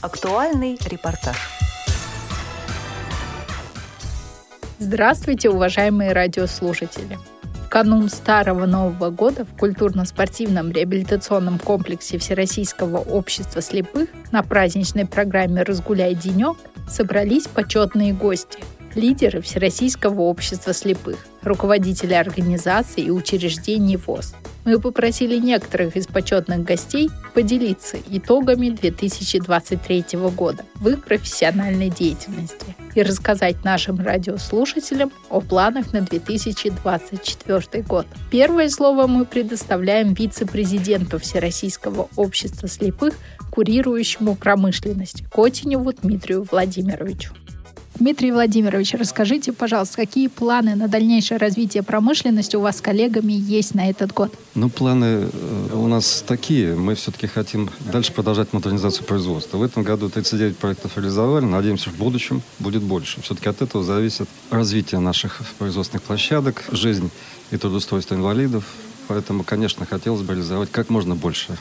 Актуальный репортаж. Здравствуйте, уважаемые радиослушатели! В канун Старого Нового года в культурно-спортивном реабилитационном комплексе Всероссийского общества слепых на праздничной программе «Разгуляй денек» собрались почетные гости – лидеры Всероссийского общества слепых, руководители организаций и учреждений ВОС. Мы попросили некоторых из почетных гостей поделиться итогами 2023 года в их профессиональной деятельности и рассказать нашим радиослушателям о планах на 2024 год. Первое слово мы предоставляем вице-президенту Всероссийского общества слепых, курирующему промышленность Котеневу Дмитрию Владимировичу. Дмитрий Владимирович, расскажите, пожалуйста, какие планы на дальнейшее развитие промышленности у вас с коллегами есть на этот год? Планы у нас такие. Мы все-таки хотим дальше продолжать модернизацию производства. В этом году 39 проектов реализовали. Надеемся, в будущем будет больше. Все-таки от этого зависит развитие наших производственных площадок, жизнь и трудоустройство инвалидов. Поэтому, конечно, хотелось бы реализовать как можно больше.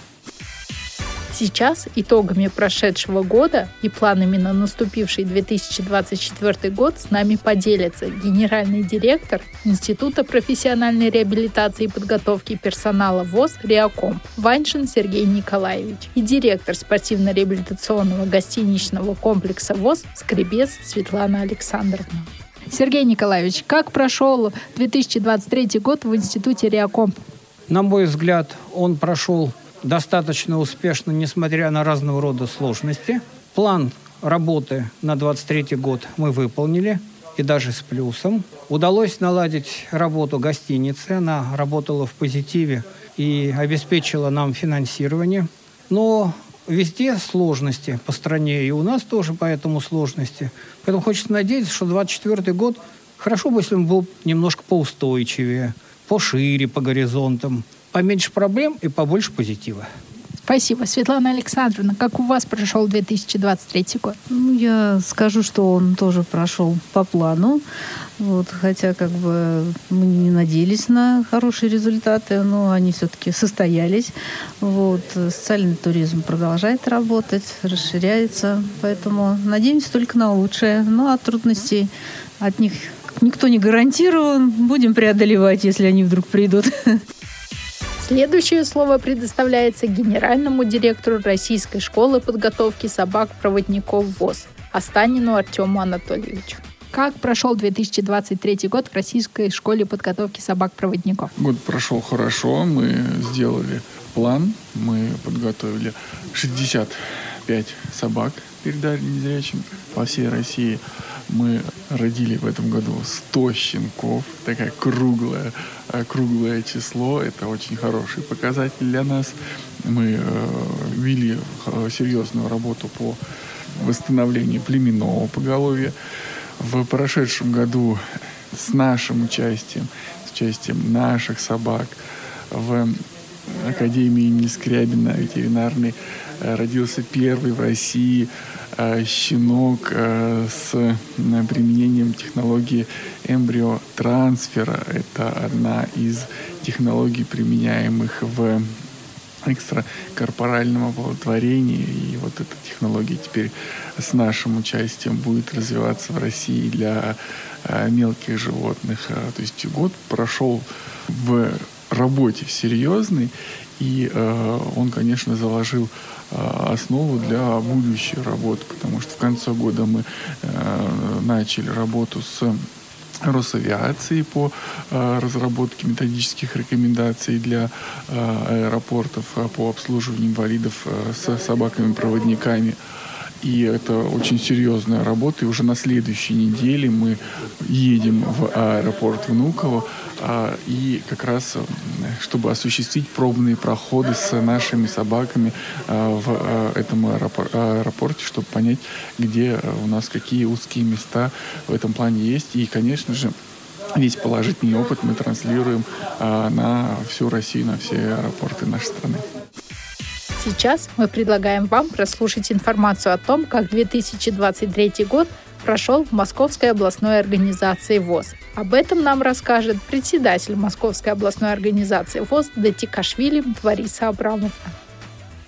Сейчас итогами прошедшего года и планами на наступивший 2024 год с нами поделится генеральный директор Института профессиональной реабилитации и подготовки персонала ВОС «Реаком» Ваньшин Сергей Николаевич и директор спортивно-реабилитационного гостиничного комплекса ВОС «Скребец» Светлана Александровна. Сергей Николаевич, как прошел 2023 год в Институте «Реаком»? На мой взгляд, он прошел достаточно успешно, несмотря на разного рода сложности. План работы на 2023 год мы выполнили, и даже с плюсом. Удалось наладить работу гостиницы. Она работала в позитиве и обеспечила нам финансирование. Но везде сложности по стране, и у нас тоже поэтому сложности. Поэтому хочется надеяться, что 2024 год хорошо бы, если он был немножко поустойчивее, пошире по горизонтам. Поменьше проблем и побольше позитива. Спасибо. Светлана Александровна, как у вас прошел 2023 год? Я скажу, что он тоже прошел по плану. Хотя мы не надеялись на хорошие результаты, но они все-таки состоялись. Социальный туризм продолжает работать, расширяется. Поэтому надеемся только на лучшее. А трудностей от них никто не гарантирован. Будем преодолевать, если они вдруг придут. Следующее слово предоставляется генеральному директору Российской школы подготовки собак-проводников ВОС Останину Артему Анатольевичу. Как прошел 2023 год в Российской школе подготовки собак-проводников? Год прошел хорошо. Мы сделали план. Мы подготовили 65 собак, передали незрячим по всей России. Мы родили в этом году 100 щенков. Такое круглое число. Это очень хороший показатель для нас. Мы вели серьезную работу по восстановлению племенного поголовья. В прошедшем году с нашим участием, с участием наших собак в Академии имени Скрябина ветеринарной родился первый в России щенок с применением технологии эмбриотрансфера. Это одна из технологий, применяемых в экстракорпоральном оплодотворении. И эта технология теперь с нашим участием будет развиваться в России для мелких животных. То есть год прошел в работе серьезной, и он, конечно, заложил основу для будущей работы, потому что в конце года мы начали работу с Росавиацией по разработке методических рекомендаций для аэропортов по обслуживанию инвалидов с собаками-проводниками. И это очень серьезная работа. И уже на следующей неделе мы едем в аэропорт Внуково, и как раз, чтобы осуществить пробные проходы с нашими собаками в этом аэропорте, чтобы понять, где у нас какие узкие места в этом плане есть. И, конечно же, весь положительный опыт мы транслируем на всю Россию, на все аэропорты нашей страны. Сейчас мы предлагаем вам прослушать информацию о том, как 2023 год прошел в Московской областной организации ВОС. Об этом нам расскажет председатель Московской областной организации ВОС Датикашвили Бориса Абрамовна.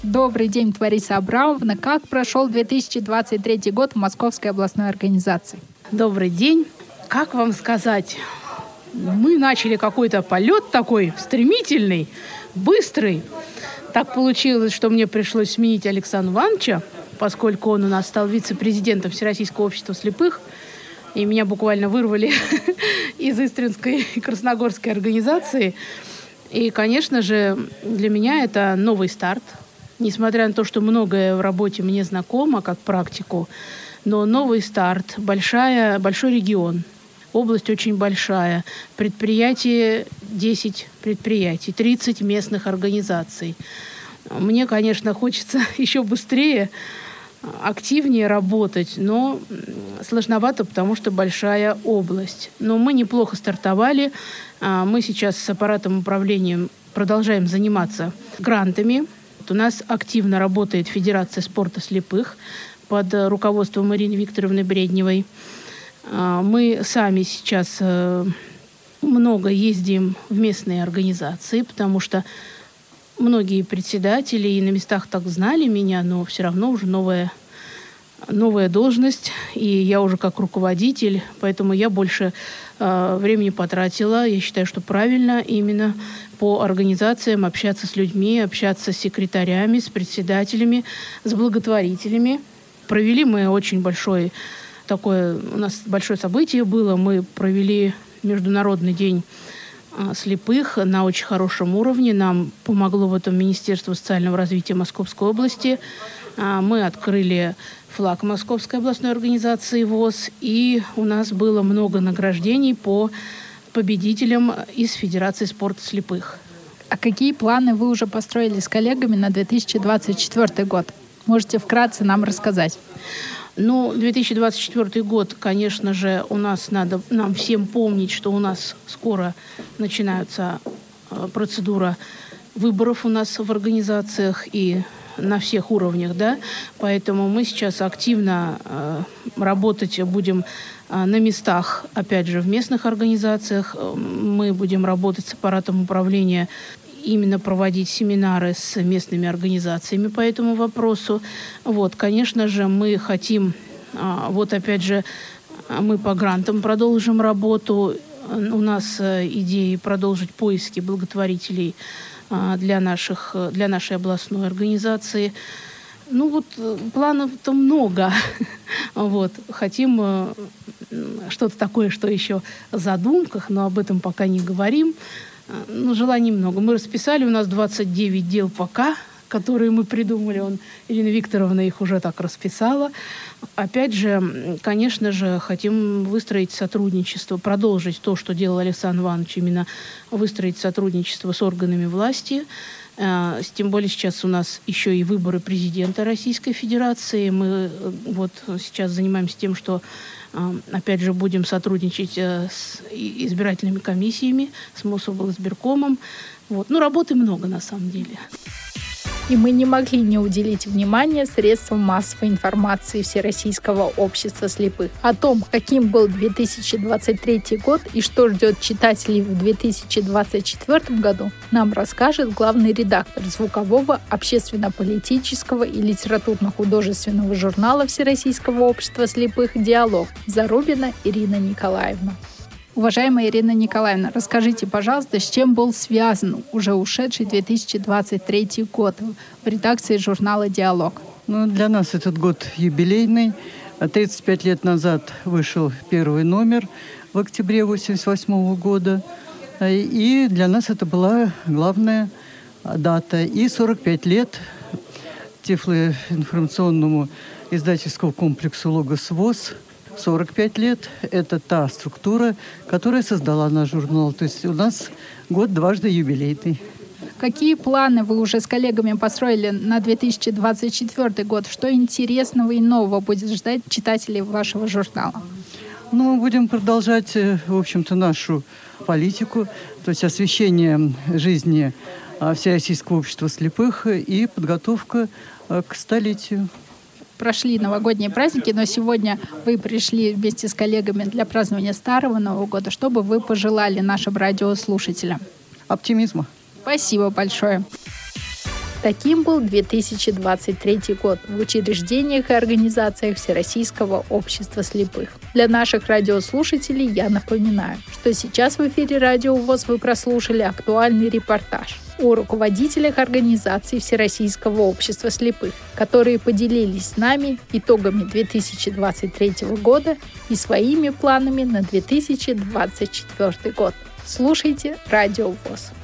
Добрый день, Лариса Абрамовна. Как прошел 2023 год в Московской областной организации? Добрый день. Как вам сказать? Мы начали какой-то полет такой стремительный, быстрый. Так получилось, что мне пришлось сменить Александра Ивановича, поскольку он у нас стал вице-президентом Всероссийского общества слепых. И меня буквально вырвали из Истринской и Красногорской организации. И, конечно же, для меня это новый старт. Несмотря на то, что многое в работе мне знакомо, как практику, но новый старт, большой регион, область очень большая, предприятие 10 предприятий, 30 местных организаций. Мне, конечно, хочется еще быстрее, активнее работать, но сложновато, потому что большая область. Но мы неплохо стартовали. Мы сейчас с аппаратом управления продолжаем заниматься грантами. У нас активно работает Федерация спорта слепых под руководством Ирины Викторовны Бредневой. Мы сами сейчас много ездим в местные организации, потому что многие председатели и на местах так знали меня, но все равно уже новая должность, и я уже как руководитель, поэтому я больше времени потратила. Я считаю, что правильно именно по организациям общаться с людьми, общаться с секретарями, с председателями, с благотворителями. Провели мы очень большое такое, у нас большое событие было. Мы провели Международный день слепых на очень хорошем уровне. Нам помогло в этом Министерство социального развития Московской области. Мы открыли флаг Московской областной организации ВОС, и у нас было много награждений по победителям из Федерации спорта слепых. А какие планы вы уже построили с коллегами на 2024 год? Можете вкратце нам рассказать? 2024 год, конечно же, надо нам всем помнить, что у нас скоро начинается процедура выборов у нас в организациях и на всех уровнях, да, поэтому мы сейчас активно работать будем на местах, опять же, в местных организациях. Мы будем работать с аппаратом управления, именно проводить семинары с местными организациями по этому вопросу. Конечно же, мы хотим, опять же, мы по грантам продолжим работу. У нас идеи продолжить поиски благотворителей для нашей областной организации. Планов-то много. Хотим что-то такое, что еще в задумках, но об этом пока не говорим. Желаний много. Мы расписали, у нас 29 дел пока, которые мы придумали. Ирина Викторовна их уже так расписала. Опять же, конечно же, хотим выстроить сотрудничество, продолжить то, что делал Александр Иванович, именно выстроить сотрудничество с органами власти. Тем более сейчас у нас еще и выборы президента Российской Федерации. Мы сейчас занимаемся тем, что опять же будем сотрудничать с избирательными комиссиями, с Мособлсбиркомом. Работы много на самом деле. И мы не могли не уделить внимания средствам массовой информации Всероссийского общества слепых. О том, каким был 2023 год и что ждет читателей в 2024 году, нам расскажет главный редактор звукового, общественно-политического и литературно-художественного журнала Всероссийского общества слепых «Диалог» Зарубина Ирина Николаевна. Уважаемая Ирина Николаевна, расскажите, пожалуйста, с чем был связан уже ушедший 2023 год в редакции журнала «Диалог»? Для нас этот год юбилейный. 35 лет назад вышел первый номер в октябре 1988 года. И для нас это была главная дата. И 45 лет тифлоинформационному издательскому комплексу «Логос ВОС». 45 лет – это та структура, которая создала наш журнал. То есть у нас год дважды юбилейный. Какие планы вы уже с коллегами построили на 2024 год? Что интересного и нового будет ждать читателей вашего журнала? Будем продолжать, в общем-то, нашу политику, то есть освещение жизни Всероссийского общества слепых и подготовка к столетию. Прошли новогодние праздники, но сегодня вы пришли вместе с коллегами для празднования Старого Нового года. Что бы вы пожелали нашим радиослушателям? Оптимизма. Спасибо большое. Таким был 2023 год в учреждениях и организациях Всероссийского общества слепых. Для наших радиослушателей я напоминаю, что сейчас в эфире Радио ВОС вы прослушали актуальный репортаж о руководителях организаций Всероссийского общества слепых, которые поделились с нами итогами 2023 года и своими планами на 2024 год. Слушайте Радио ВОС.